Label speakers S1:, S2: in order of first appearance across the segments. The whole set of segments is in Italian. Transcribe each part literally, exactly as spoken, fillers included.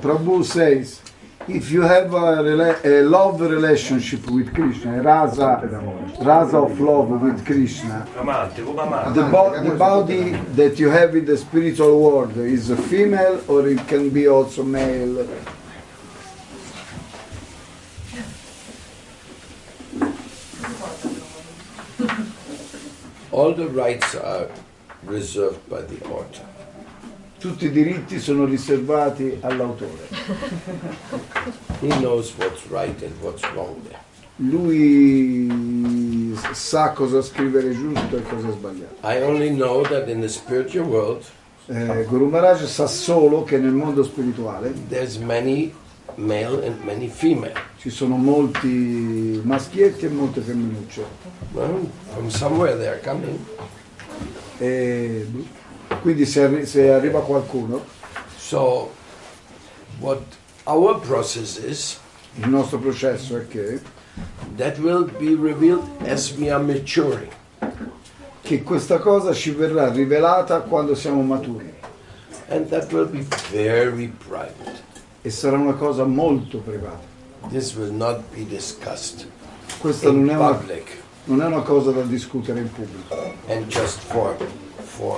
S1: Prabhu says, if you have a, rela- a love relationship with Krishna, a rasa, rasa of love with Krishna, the, bo- the body that you have in the spiritual world is a female or it can be also male.
S2: All the rights are reserved by the author.
S1: Tutti i diritti sono riservati all'autore.
S2: He knows what's right and what's wrong there.
S1: Lui sa cosa scrivere giusto e cosa sbagliato.
S2: I only know that in the spiritual world,
S1: eh, Guru Maharaj sa solo che nel mondo spirituale
S2: there's many male and many female.
S1: Ci sono molti maschietti e molte femminucce.
S2: Well, from somewhere they're coming.
S1: E quindi se, arri- se arriva qualcuno,
S2: so what our process is,
S1: il nostro processo è che
S2: that will be revealed as we are maturing.
S1: Che questa cosa ci verrà rivelata quando siamo maturi.
S2: And that will be very private.
S1: E sarà una cosa molto privata.
S2: This will not be discussed
S1: Questa
S2: in
S1: non è, una,
S2: public.
S1: non è una cosa da discutere in pubblico.
S2: And just for for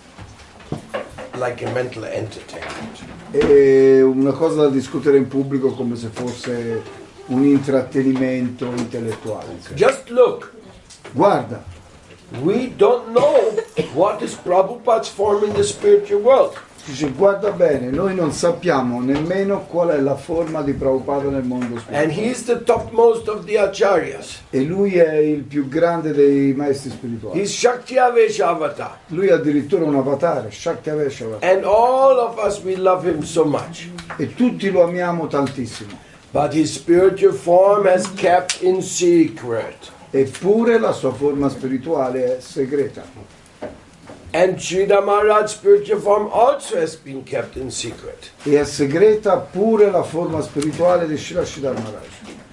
S2: like a mental entertainment.
S1: È una cosa da discutere in pubblico come se fosse un intrattenimento intellettuale.
S2: Just look.
S1: Guarda.
S2: We don't know what is Prabhupada's form in the spiritual world.
S1: Dice, guarda bene, noi non sappiamo nemmeno qual è la forma di Prabhupada nel mondo spirituale.
S2: And he is the topmost of the acharyas.
S1: E lui è il più grande dei maestri spirituali.
S2: He's Shaktavesha avatar.
S1: Lui è addirittura un avatar, Shaktavesha avatar.
S2: And all of us, we love him so much.
S1: E tutti lo amiamo tantissimo.
S2: But his spiritual form has kept in secret.
S1: Eppure la sua forma spirituale è segreta.
S2: And Sridhar Maharaj's spiritual form also has been kept in secret.
S1: E è segreta pure la forma spirituale di Srila Sridhar Maharaj.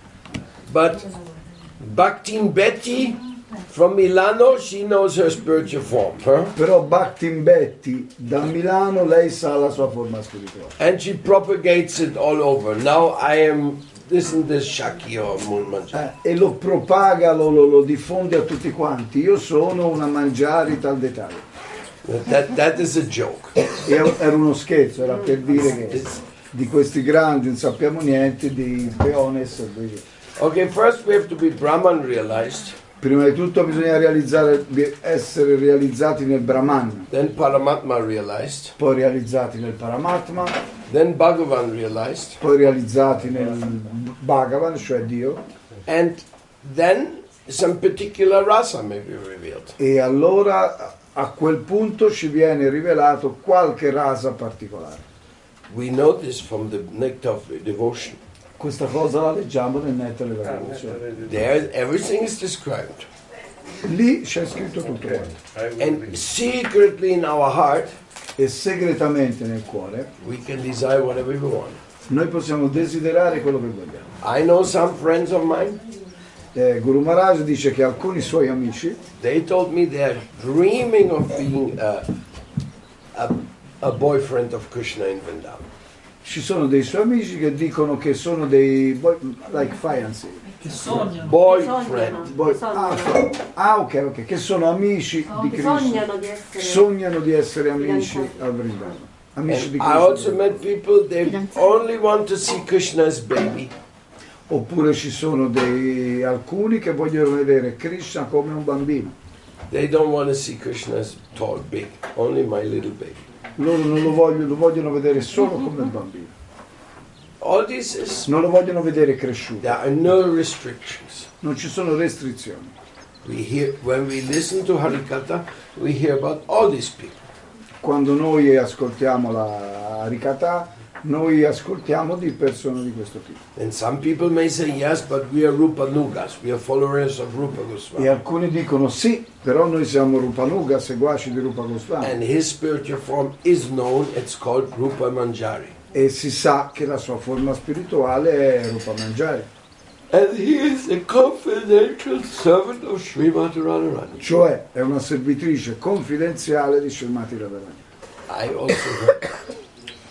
S2: But Bhaktin Betty from Milano, she knows her spiritual form. Huh?
S1: Però Bhaktin Betty da Milano, lei sa la sua forma spirituale.
S2: And she propagates it all over. Now I am, isn't this Shaki or Manjari?
S1: Eh, e lo propaga, lo, lo, lo diffonde a tutti quanti. Io sono una Manjari tal dettaglio.
S2: That, that is a joke.
S1: Era uno scherzo, era per dire che di questi grandi non sappiamo niente, di Peones.
S2: Okay, first we have to be Brahman realized.
S1: Prima di tutto bisogna realizzare, essere realizzati nel Brahman.
S2: Then Paramatma realized.
S1: Poi realizzati nel Paramatma.
S2: Then Bhagavan realized.
S1: Poi realizzati nel Bhagavan, cioè Dio.
S2: And then some particular rasa may be revealed.
S1: E allora a quel punto ci viene rivelato qualche rasa particolare.
S2: We know this from the nectar of devotion.
S1: Questa cosa la leggiamo nel Nettare della Devozione.
S2: There, everything is described.
S1: Lì c'è scritto tutto quanto.
S2: And secretly in our heart,
S1: e segretamente nel cuore,
S2: we can desire whatever we want.
S1: Noi possiamo desiderare quello che vogliamo.
S2: I know some friends of mine.
S1: Eh, Guru Maharaj dice che alcuni suoi amici,
S2: they told me they are dreaming of being a, a, a boyfriend of Krishna in Vrindavan.
S1: Ci sono dei suoi amici che dicono che sono dei boy, like fiancé.
S3: Che sognano.
S2: Boyfriend.
S1: Boy, ah, ah, ok, ok, che sono amici
S4: oh,
S1: di Krishna.
S4: Sognano di essere,
S1: sognano di essere amici a Vrindavan. Amici di
S2: I
S1: Krishna.
S2: also met people, they only want to see Krishna as baby.
S1: Oppure ci sono dei, alcuni che vogliono vedere Krishna come un bambino.
S2: They don't want to see Krishna as tall, big, only my little baby.
S1: Loro non lo vogliono, lo vogliono vedere solo come un bambino.
S2: All this is,
S1: non lo vogliono vedere cresciuto.
S2: There are no restrictions.
S1: Non ci sono restrizioni.
S2: We hear, when we listen to Harikatha, we hear about all these people.
S1: Quando noi ascoltiamo la Harikatha, noi ascoltiamo di persone di questo tipo.
S2: And some people may say, yes, but we are Rupanugas, we are followers of Rupa Goswami.
S1: E alcuni dicono sì, però noi siamo Rupanuga, seguaci di Rupa Goswami.
S2: And his spiritual form is known, it's called Rupa Manjari.
S1: E si sa che la sua forma spirituale è Rupa Manjari.
S2: And he is a confidential servant of Srimati Radharani.
S1: Cioè è una servitrice confidenziale di Srimati Radharani.
S2: I also heard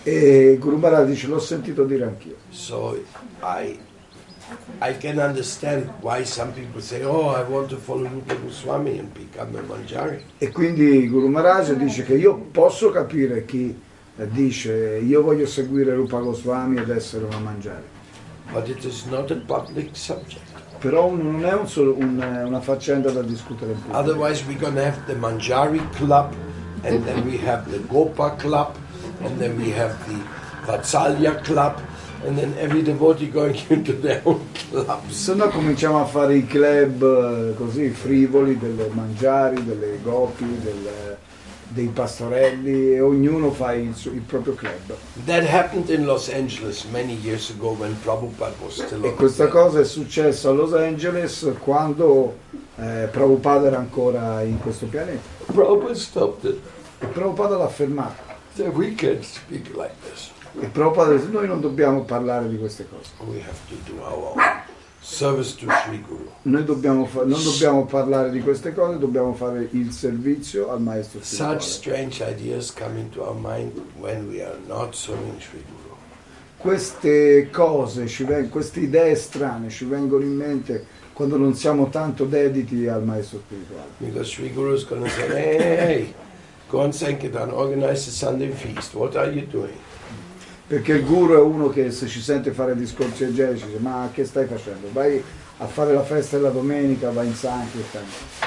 S1: E Guru Maharaj dice, l'ho sentito dire anch'io.
S2: So I I can understand why some people say, oh, I want to follow Rupa Goswami and become a manjari.
S1: E quindi Guru Maharaj dice che io posso capire chi eh, dice io voglio seguire Rupa Goswami ed essere una manjari.
S2: But it is not a public subject.
S1: Però non è un solo, un, una faccenda da discutere in pubblico.
S2: Otherwise we're going to have the Manjari club, and then we have the Gopa club, and then we have the Vatsalya club, and then every devotee going into their own club.
S1: Se no cominciamo a fare i club eh, così frivoli delle mangiari, delle gopi, del, dei pastorelli, e ognuno fa il, suo, il proprio club.
S2: That happened in Los Angeles many years ago when Prabhupada was still
S1: E
S2: on
S1: questa
S2: the
S1: cosa è successa a Los Angeles quando eh, Prabhupada era ancora in questo pianeta.
S2: Prabhupada stopped it.
S1: E Prabhupada l'ha fermato.
S2: So we can't speak like this.
S1: E Prabhupada dice, noi non dobbiamo parlare di queste cose.
S2: We have to do our own service to Sri Guru.
S1: Noi dobbiamo fa- non dobbiamo parlare di queste cose, dobbiamo fare il servizio al maestro spirituale.
S2: Such strange ideas come into our mind when we are not serving Sri Guru.
S1: Queste cose, ci ven- queste idee strane ci vengono in mente quando non siamo tanto dediti al maestro spirituale.
S2: Because Sri Guru is going to say, hey, hey, hey, go on Sankirtan, organize the Sunday feast. What are you doing?
S1: Perché il guru è uno che se ci sente fare discorsi egeici dice, ma che stai facendo? Vai a fare la festa della domenica, vai in Sankirtan.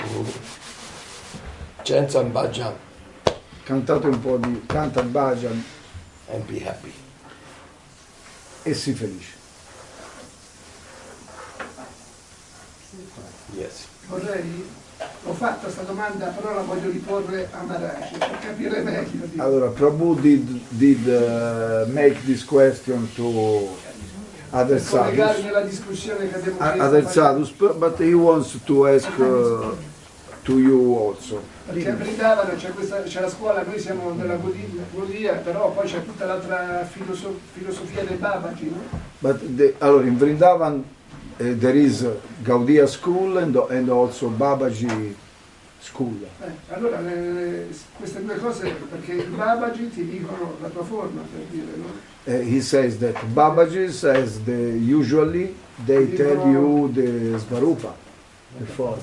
S2: Chant some bhajan
S1: Cantate un po' di, canta il bhajan
S2: and be happy.
S1: e sii felice.
S2: Yes.
S3: Vorrei, ho fatto questa domanda, però la voglio riporre a Maharaj per capire meglio.
S1: Allora, Prabhu did, did uh, make this question to other
S3: Per collegarmi
S1: sadhus,
S3: alla discussione che abbiamo
S1: uh,
S3: chiesto.
S1: other sadhus, but he wants to ask uh, to you also.
S3: Perché a Vrindavana c'è, questa, c'è la scuola, noi siamo nella Gaudiya, Gaudiya, però poi c'è tutta l'altra filoso- filosofia dei Babaji, no?
S1: But the, allora, in Vrindavan uh, there is Gaudiya school and, and also Babaji school.
S3: Eh, allora le- queste due cose, perché i Babaji ti dicono la tua forma, per dire, no?
S1: Uh, he says that Babaji says the, usually they tell you the Svarupa, the form.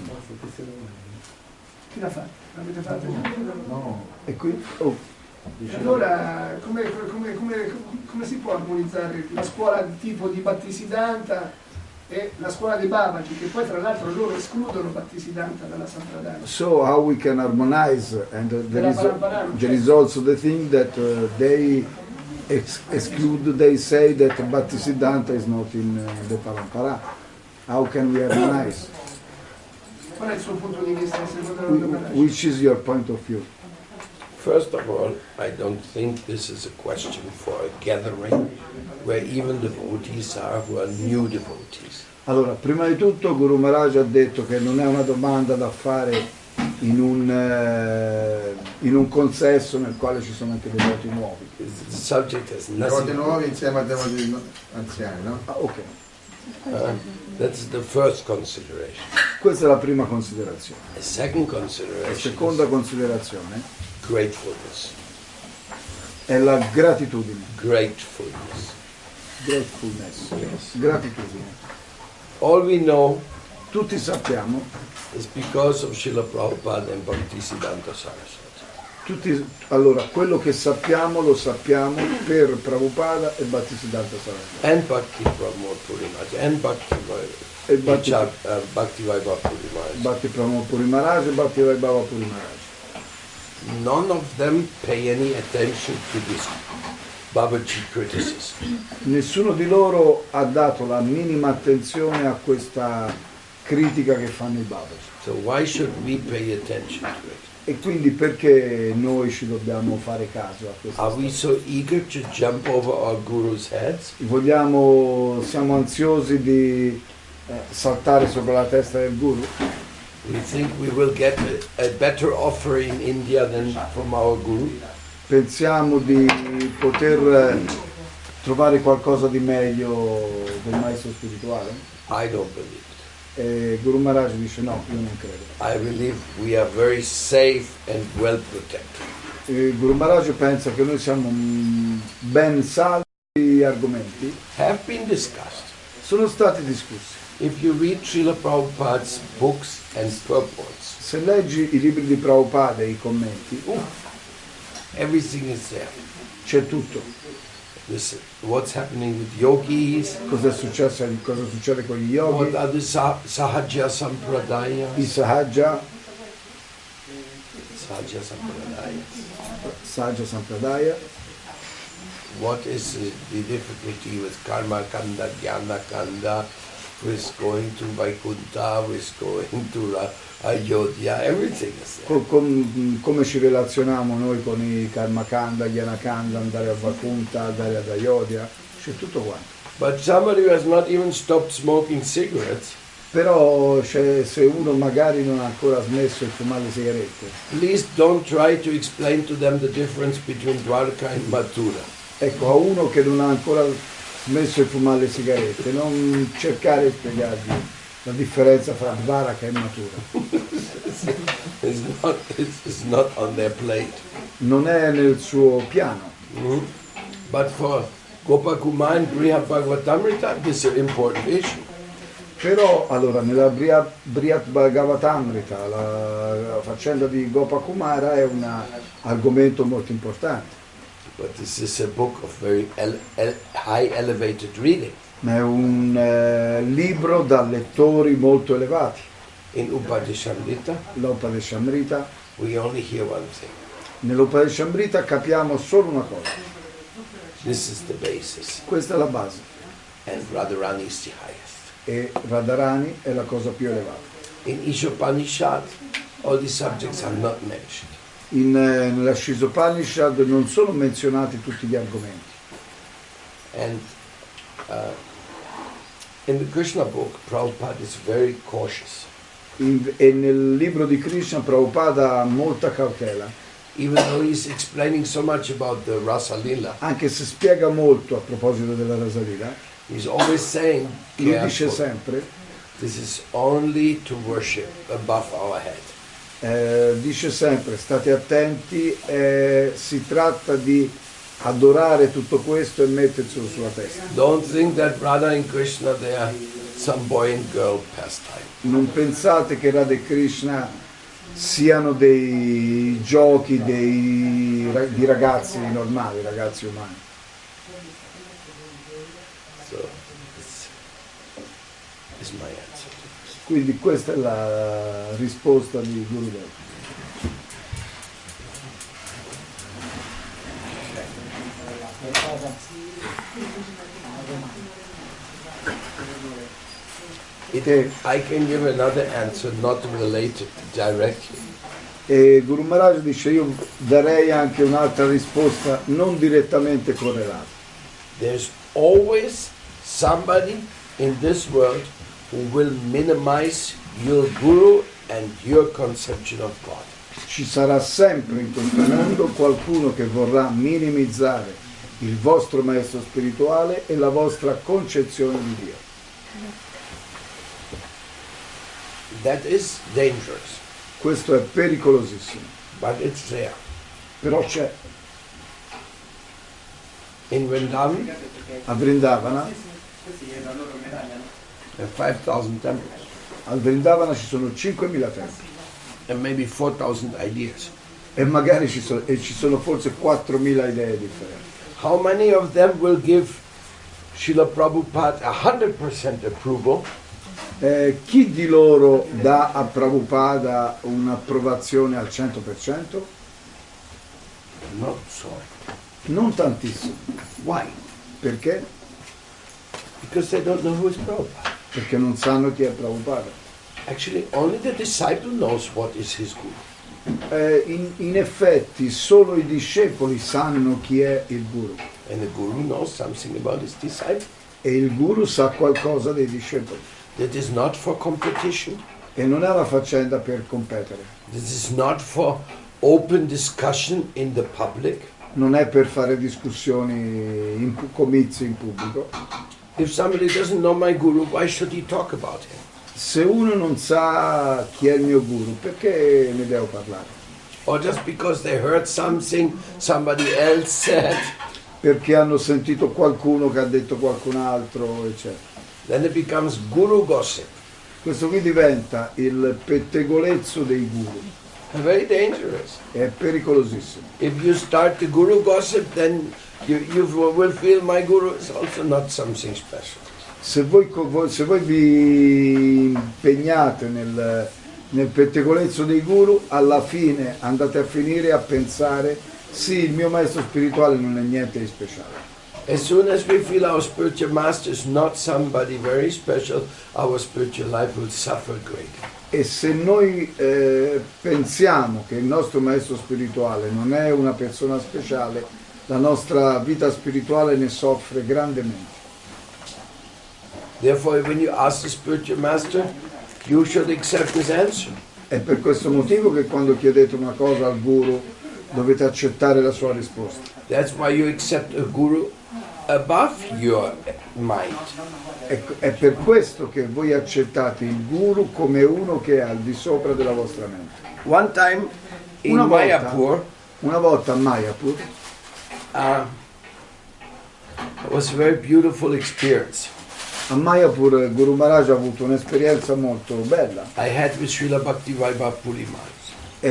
S3: Chi l'ha fatto? L'avete fatto?
S4: No.
S1: E qui, oh,
S3: E allora come, come- come- come si può armonizzare la scuola di tipo di Bhaktisiddhanta e la scuola dei Babaji, che poi tra l'altro loro escludono Bhaktisiddhanta dalla Sampradaya?
S1: so how we can harmonize, and uh, there, is, there is also the thing that uh, they ex- exclude, they say that Bhaktisiddhanta is not in uh, the Parampara. How can we harmonize?
S3: Qual è il suo punto di vista secondo
S1: Wh-
S3: la Maharaj?
S1: Which is your point of view?
S2: First of all, I don't think this is a question for a gathering where even devotees are who are new devotees.
S1: Allora, prima di tutto Guru Maharaj ha detto che non è una domanda da fare in un, eh, in un consesso nel quale ci sono anche devoti nuovi.
S2: The subject has
S4: Devoti
S2: nothing.
S4: nuovi insieme a devoti no- anziani, no?
S1: Ah, ok,
S2: Uh, that's the first consideration.
S1: questa è la prima considerazione.
S2: The second
S1: La
S2: consideration
S1: seconda
S2: is
S1: considerazione
S2: gratefulness.
S1: è la gratitudine.
S2: Gratefulness.
S1: Gratefulness.
S2: Yes.
S1: Gratitudine.
S2: All we know
S1: Tutti sappiamo,
S2: is because of Srila Prabhupada and Bhaktisiddhanta Saraswati.
S1: tutti, allora, quello che sappiamo lo sappiamo per Prabhupada e Bhaktisiddhanta Saraswati.
S2: And Bhakti Pramod Puri Maharaj. And Bhakti
S1: E Bhakti,
S2: Vai- uh, Bhakti Vaibhav Puri Maharaj.
S1: Bhakti Pramod Puri Maharaj e Bhakti Vaibhava Puri Maharaj.
S2: None of them pay any attention to this Babaji criticism.
S1: Nessuno di loro ha dato la minima attenzione a questa critica che fanno i Babaji.
S2: So why should we pay attention to it?
S1: E quindi perché noi ci dobbiamo fare caso a questa
S2: Are we
S1: storia?
S2: so eager to jump over our guru's heads?
S1: Vogliamo, siamo ansiosi di eh, saltare sopra la testa del guru?
S2: We think we will get a, a better offer in India than from our guru?
S1: Pensiamo di poter eh, trovare qualcosa di meglio del maestro spirituale?
S2: I don't believe it.
S1: E Guru Maharaj dice no, io non credo.
S2: I believe we are very safe and well protected.
S1: Il Guru Maharaj pensa che noi siamo mm, ben salvi argomenti,
S2: have been discussed.
S1: sono stati discussi.
S2: If you read Srila Prabhupada's books and purports,
S1: Se leggi i libri di Prabhupada e i commenti,
S2: ooh, everything is there.
S1: c'è tutto.
S2: This, what's happening with yogis,
S1: Cosa è successo, cosa succede con gli
S2: what
S1: yogi,
S2: are the sa- Sahaja Sampradaya,
S1: i Sahaja,
S2: Sahaja Sampradaya.
S1: Sahaja Sampradaya,
S2: What is the, the difficulty with Karma Kanda, Jnana Kanda, with going to Vaikuntha, with going to uh, Ayodhya, everything is there.
S1: co- com- come ci relazioniamo noi con i Karmakanda, Gyanakanda, andare a Vakunta, andare ad Ayodhya, c'è tutto quanto.
S2: But somebody who has not even stopped smoking cigarettes,
S1: Però c'è- se uno magari non ha ancora smesso di fumare le sigarette,
S2: please don't try to explain to them the difference between Dwarka and Mathura.
S1: ecco, a uno che non ha ancora smesso di fumare le sigarette, non cercare di spiegargli la differenza fra Dvaraka e Mathura.
S2: It's not, it's, it's not on their plate.
S1: Non è nel suo piano.
S2: Mhm. But for Gopakumar and Brihad Bhagavatamrita, this is an important issue.
S1: Però, allora, nella Brihat Brihat Bhagavatamrita, la, la faccenda di Gopakumara è un argomento molto importante,
S2: But this is a book of very ele- ele- high elevated reading.
S1: ma è un eh, libro da lettori molto elevati.
S2: In Upadeshamrita,
S1: L'Upadeshamrita,
S2: we only hear one thing.
S1: nell'Upadeshamrita capiamo solo una cosa,
S2: This is the basis.
S1: questa è la base,
S2: And Radharani is the highest.
S1: e Radharani è la cosa più elevata.
S2: In Ishopanishad, all these subjects are not mentioned.
S1: In, eh, nella Shisopanishad non sono menzionati tutti gli argomenti.
S2: And uh, in the Krishna book, Prabhupada is very cautious.
S1: In- e nel libro di Krishna Prabhupada ha molta cautela,
S2: Even though he's explaining so much about the Rasa Lila,
S1: anche se spiega molto a proposito della Rasalila.
S2: he's always saying,
S1: Lui dice
S2: careful,
S1: sempre,
S2: this is only to worship above our head.
S1: eh, dice sempre, state attenti, eh, si tratta di adorare tutto questo e metterselo sulla testa.
S2: Don't think that Radha and Krishna, they are some boy and girl pastime.
S1: Non pensate che Radha e Krishna siano dei giochi dei, ra- di ragazzi normali, ragazzi umani.
S2: So, this is my answer.
S1: Quindi questa è la risposta di Gurudev.
S2: It, I can give another answer not related directly.
S1: E Guru Maharaj dice, io darei anche un'altra risposta non direttamente correlata.
S2: There's always somebody in this world who will minimize your guru and your conception of God.
S1: Ci sarà sempre in questo mondo qualcuno che vorrà minimizzare il vostro maestro spirituale e la vostra concezione di Dio.
S2: That is dangerous,
S1: Questo è pericolosissimo,
S2: but it's there.
S1: però c'è.
S2: In Vrindavan,
S1: A Vrindavana,
S2: there are five thousand temples
S1: al Vrindavana ci sono cinquemila templi
S2: and maybe four thousand ideas.
S1: e magari ci sono, e ci sono forse quattromila idee differenti.
S2: How many of them will give Srila Prabhupada one hundred percent approval?
S1: Eh, chi di loro dà a Prabhupada un'approvazione al cento per cento?
S2: Not so.
S1: Non tantissimo.
S2: Why?
S1: Perché?
S2: Because they don't know who is Prabhupada.
S1: Perché non sanno chi è Prabhupada.
S2: Actually, only the disciple knows what is his guru.
S1: Eh, in, in effetti solo i discepoli sanno chi è il guru
S2: And the guru knows something about his disciple.
S1: e il guru sa qualcosa dei discepoli
S2: That is not for competition.
S1: e non è una faccenda per competere,
S2: This is not for open discussion in the public.
S1: non è per fare discussioni in pu- comizi in pubblico.
S2: If somebody doesn't know my guru, why should he talk about him?
S1: Se uno non sa chi è il mio guru, perché ne devo parlare?
S2: or just because they heard something somebody else said,
S1: perché hanno sentito qualcuno che ha detto qualcun altro, eccetera.
S2: then it becomes guru gossip.
S1: Questo qui diventa il pettegolezzo dei guru.
S2: Very dangerous.
S1: È pericolosissimo.
S2: If you start the guru gossip, then you, you will feel my guru is also not something special.
S1: Se voi, se voi vi impegnate nel, nel pettegolezzo dei guru, alla fine andate a finire a pensare sì, il mio maestro spirituale non è niente di speciale.
S2: As soon as we feel our spiritual master is not somebody very special, our spiritual life will suffer greatly.
S1: E se noi eh, pensiamo che il nostro maestro spirituale non è una persona speciale, la nostra vita spirituale ne soffre grandemente.
S2: Therefore, when you ask the spiritual master, you should accept his answer.
S1: È per questo motivo che quando chiedete una cosa al guru dovete accettare la sua risposta.
S2: That's why you accept a guru above your mind.
S1: È, è per questo che voi accettate il guru come uno che è al di sopra della vostra mente.
S2: One time in
S1: Una volta,
S2: Mayapur,
S1: una volta a Mayapur,
S2: uh, it was a very beautiful experience.
S1: a Mayapur Guru Maharaj ha avuto un'esperienza molto bella.
S2: I had with Srila Bhaktivedanta Puri Maharaj.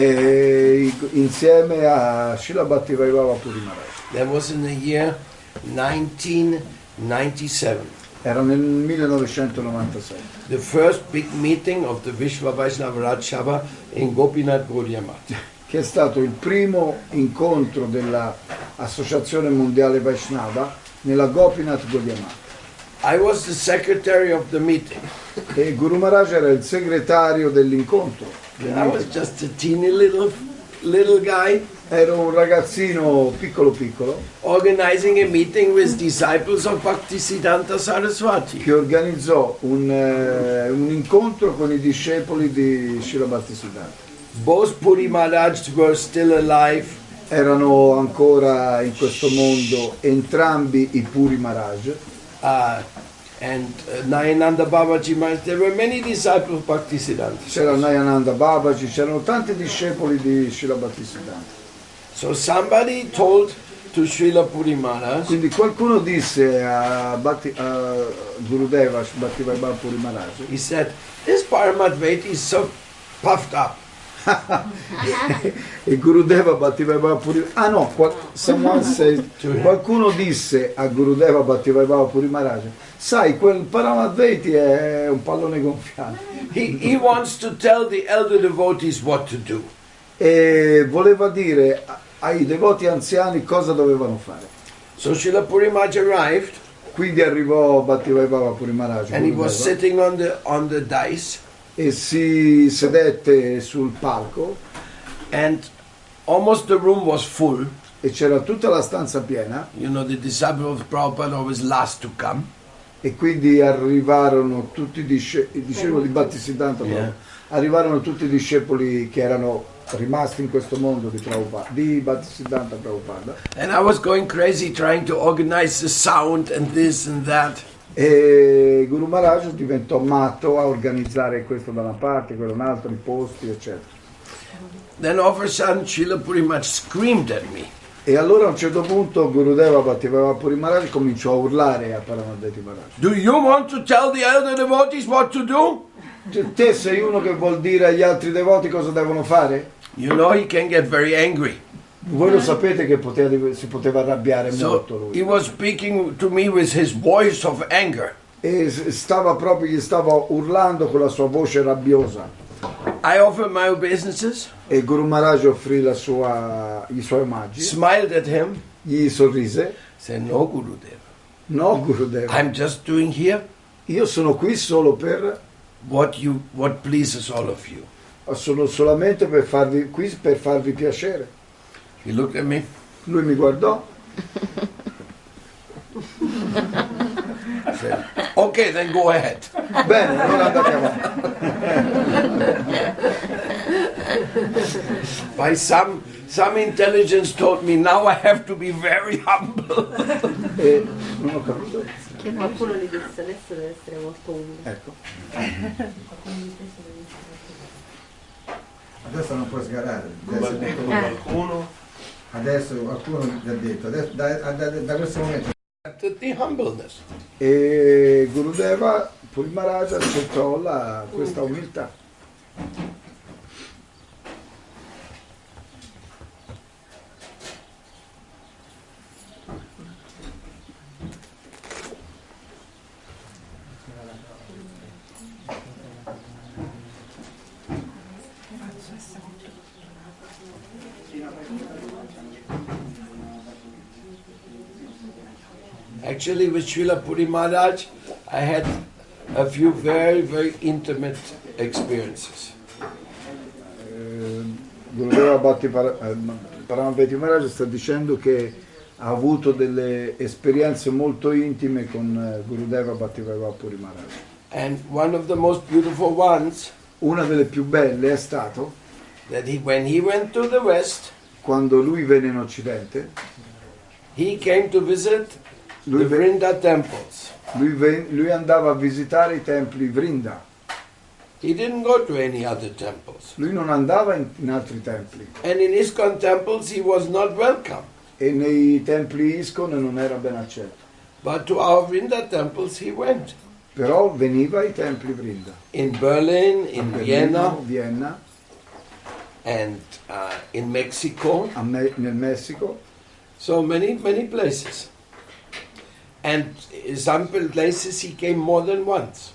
S1: E insieme a Srila Bhaktivedanta Puri Maharaj.
S2: That was in the year nineteen ninety-seven.
S1: Era nel millenovecentonovantasei.
S2: The first big meeting of the Vishwa Vaishnava Raj Sabha in Gopinath Gaudiya Math.
S1: Che è stato il primo incontro dell'Associazione Mondiale Vaishnava nella Gopinath Gaudiya Math.
S2: I was the secretary of the meeting.
S1: E Guru Maharaj era il segretario dell'incontro.
S2: I was just a teeny little little guy
S1: Ero un ragazzino piccolo piccolo
S2: organizing a meeting with disciples of Bhaktisiddhanta Saraswati.
S1: che organizzò un, eh, un incontro con i discepoli di Srila Bhaktisiddhanta.
S2: Both Puri Maharaj were still alive.
S1: Erano ancora in questo mondo entrambi i Puri Maharaj.
S2: Uh, and uh, Nayananda Babaji Maharaj, there were many disciples of Bhaktisiddhanta.
S1: C'era Nayananda Babaji, c'erano tanti discepoli di Srila Bhaktisiddhanta.
S2: So somebody told to Srila Puri Maharaj,
S1: Quindi qualcuno disse a, Bhakti, a Gurudeva Bhaktivedanta Puri Maharaj,
S2: he said, this Paramadvaita is so puffed up.
S1: e Gurudeva Bhaktivedanta Puri ah no, qual, someone said, qualcuno disse a Gurudeva Bhaktivedanta Puri Maharaj, sai, quel Paramadvaiti è un pallone gonfiato.
S2: He, he wants to tell the elder devotees what to do.
S1: E voleva dire ai devoti anziani cosa dovevano fare.
S2: So Srila Puri Maharaj arrived,
S1: Quindi arrivò Bhaktivedanta Puri Maharaj
S2: and he was
S1: Gurudeva,
S2: sitting on the on the dais,
S1: e si sedette sul palco
S2: and almost the room was full.
S1: e c'era tutta la stanza piena.
S2: You know, the disciple of Prabhupada always last to come.
S1: E quindi arrivarono tutti i, disce- i discepoli di Bhaktisiddhanta,
S2: Yeah.
S1: arrivarono tutti i discepoli che erano rimasti in questo mondo di, Prabhupada, di Bhaktisiddhanta Prabhupada.
S2: And I was going crazy trying to organize the sound and this and that.
S1: E Guru Maharaj diventò matto a organizzare questo da una parte, quello da un'altra, i posti, eccetera.
S2: Then all of a sudden Srila Puri Maharaj screamed at me.
S1: E allora a un certo punto Gurudeva Bhaktivedanta Puri Maharaj cominciò a urlare a Paramadvaiti Maharaj.
S2: Do you want to tell the elder devotees what to do?
S1: Te sei uno che vuol dire agli altri devoti cosa devono fare?
S2: You know he can get very angry.
S1: Voi lo sapete che poteva, si poteva arrabbiare molto
S2: So
S1: lui.
S2: he was speaking to me with his voice of anger.
S1: E stava proprio, gli stava urlando con la sua voce rabbiosa.
S2: I offered my obeisances,
S1: E Guru Maharaj offrì la sua, i suoi omaggi,
S2: smiled at him,
S1: gli sorrise.
S2: said, no Gurudeva,
S1: No Gurudeva,
S2: I'm just doing here
S1: io sono qui solo per,
S2: what you what pleases all of you.
S1: sono solamente per farvi, qui per farvi piacere.
S2: He looked at me,
S1: Lui mi guardò,
S2: said, okay, then go ahead.
S1: bene, allora andate avanti.
S2: By some some intelligence told me now I have to be very humble.
S1: E non ho capito.
S5: Che qualcuno gli disse adesso deve essere molto umile.
S1: Ecco.
S4: Adesso non puoi sgarare.
S2: Come ha
S4: Adesso,
S2: detto qualcuno,
S4: adesso qualcuno ti ha detto, adesso, da, da, da questo momento.
S2: the humbleness.
S1: E Gurudeva Puri Maharaj accettò la, questa umiltà.
S2: Actually, with Srila Puri Maharaj, I had a few very, very intimate experiences.
S1: Eh, Gurudeva Bhakti Par- eh, Paramaveti Maharaj sta dicendo che ha avuto delle esperienze molto intime con eh, Gurudeva Bhakti Puri Maharaj.
S2: And one of the most beautiful ones,
S1: Una delle più belle è stato
S2: that he, when he went to the West,
S1: quando lui venne in Occidente,
S2: he came to visit
S1: lui,
S2: the
S1: ve-
S2: Vrinda temples.
S1: lui, ven- lui andava a visitare i templi Vrinda,
S2: He didn't go to any other temples.
S1: lui non andava in, in altri templi
S2: And in ISKCON temples, he was not welcome.
S1: e nei templi ISKCON non era ben accetto,
S2: But to our Vrinda temples, he went.
S1: però veniva ai templi Vrinda.
S2: In Berlin, in
S1: A Berlino,
S2: Vienna,
S1: Vienna,
S2: and uh, in Mexico.
S1: a Me- nel Messico,
S2: So many, many places. And some places he came more than once.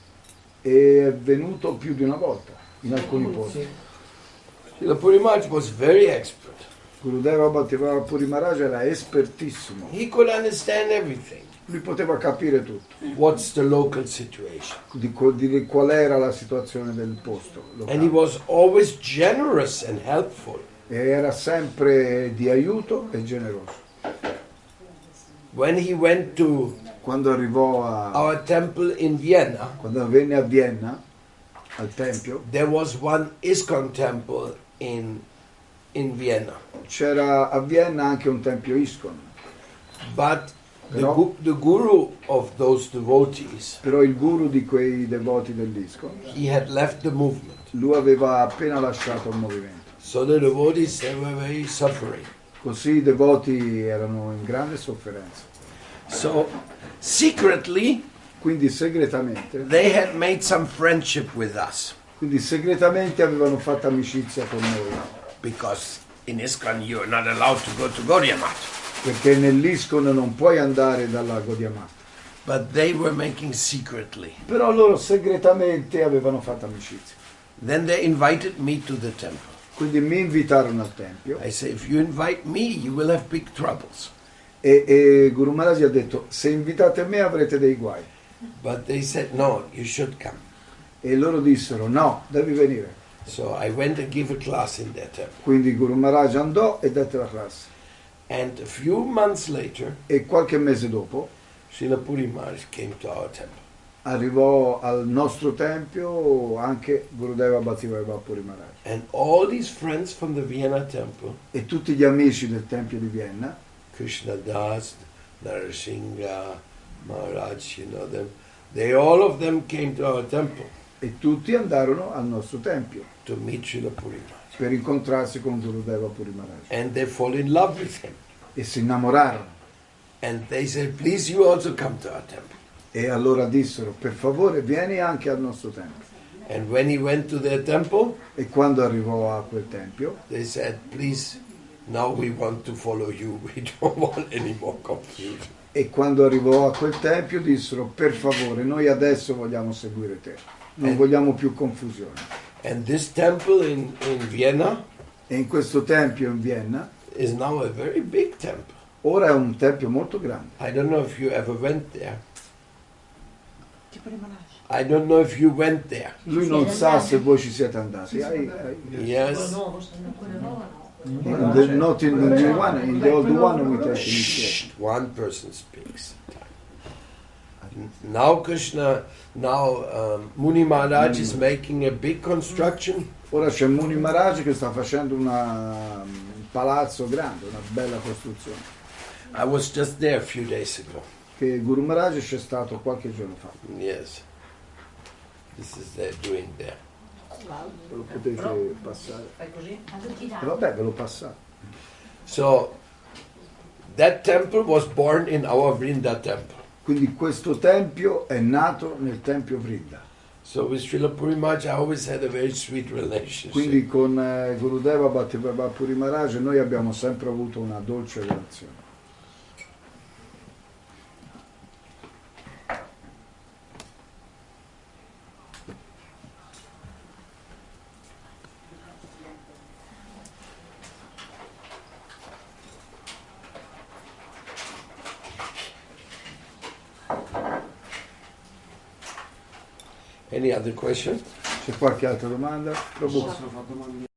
S1: e è venuto più di una volta in alcuni posti.
S2: Srila Puri Maharaj was very expert.
S1: Gurudeva Bhattivinoda Puri Maharaj era espertissimo,
S2: He could understand everything.
S1: lui poteva capire tutto,
S2: What's the local situation?
S1: di, co- di qual era la situazione del posto locale.
S2: And he was always generous and helpful.
S1: E era sempre di aiuto e generoso.
S2: When he went to
S1: Quando arrivò a
S2: our temple in Vienna,
S1: quando venne a Vienna al tempio,
S2: there was one ISKCON temple in, in Vienna.
S1: c'era a Vienna anche un tempio ISKCON,
S2: But the,
S1: Però-
S2: gu- the guru of those devotees,
S1: però il guru di quei devoti dell'ISKCON,
S2: he had left the movement.
S1: lui aveva appena lasciato il movimento.
S2: So the devotees, they were very suffering.
S1: Così i devoti erano in grande sofferenza.
S2: So secretly,
S1: Quindi segretamente,
S2: they had made some friendship with us.
S1: quindi segretamente avevano fatto amicizia con noi,
S2: Because in ISKCON you're not allowed to go to Gaudiya Math.
S1: perché nell'ISKCON non puoi andare dalla Gaudiya Math.
S2: But they were making secretly.
S1: Però loro segretamente avevano fatto amicizia.
S2: Then they invited me to the temple.
S1: Quindi mi invitarono al tempio
S2: I say, if you invite me, you will have big troubles.
S1: e, e Guru Maharaj ha detto: se invitate me avrete dei guai.
S2: But they said, no, you should come.
S1: E loro dissero: no, devi venire.
S2: So I went and gave a class in their temple.
S1: Quindi Guru Maharaj andò e dette la classe.
S2: And a few months later,
S1: E qualche mese dopo
S2: Srila Puri Maharaj came to our temple.
S1: arrivò al nostro tempio anche Gurudeva Bhattivinoda Puri Maharaj.
S2: And all these friends from the Vienna temple,
S1: E tutti gli amici del tempio di Vienna,
S2: Krishna Das, Narasingha, Maharaj, you know them, they all of them came to our temple
S1: e tutti andarono al nostro tempio
S2: to meet Srila Puri Maharaj.
S1: per incontrarsi con Gurudeva Puri Maharaj.
S2: And they fall in love with him.
S1: E si innamorarono.
S2: And they said, please you also come to our temple.
S1: E allora dissero: per favore vieni anche al nostro tempio.
S2: And when he went to their temple,
S1: E quando arrivò a quel tempio,
S2: they said, please, now we want to follow you. We don't want any more confusion.
S1: e quando arrivò a quel tempio dissero: per favore, noi adesso vogliamo seguire te, non
S2: Eh.
S1: vogliamo più confusione.
S2: And this temple in, in Vienna
S1: E in questo tempio in Vienna,
S2: is now a very big temple.
S1: ora è un tempio molto grande.
S2: I don't know if you ever went there. I don't know if you went there.
S1: Lui non sa se voi ci siete andati. Ai- ai-
S2: Yes.
S1: in the, not in the new one, in the old one we take
S2: Shh,
S1: initiation.
S2: one person speaks. Now Krishna, now um, Muni Maharaj is making a big construction.
S1: Ora c'è Muni Maharaj che sta facendo una, un palazzo grande, una bella costruzione,
S2: I was just there a few days ago.
S1: che Guru Maharaj c'è stato qualche giorno fa.
S2: Yes. This is they're doing there.
S1: Lo potete passare.
S6: Fai così?
S1: E vabbè, ve lo passate.
S2: So that temple was born in our Vrinda temple.
S1: Quindi questo tempio è nato nel tempio Vrinda.
S2: So with Srila Puri Maharaj, I always had a very sweet relationship.
S1: Quindi con eh, Gurudeva Bhattiprabha Puri Maharaj noi abbiamo sempre avuto una dolce relazione.
S2: Any other question?
S1: C'è qualche altra domanda? Prabhu.
S7: Sono fatto domande.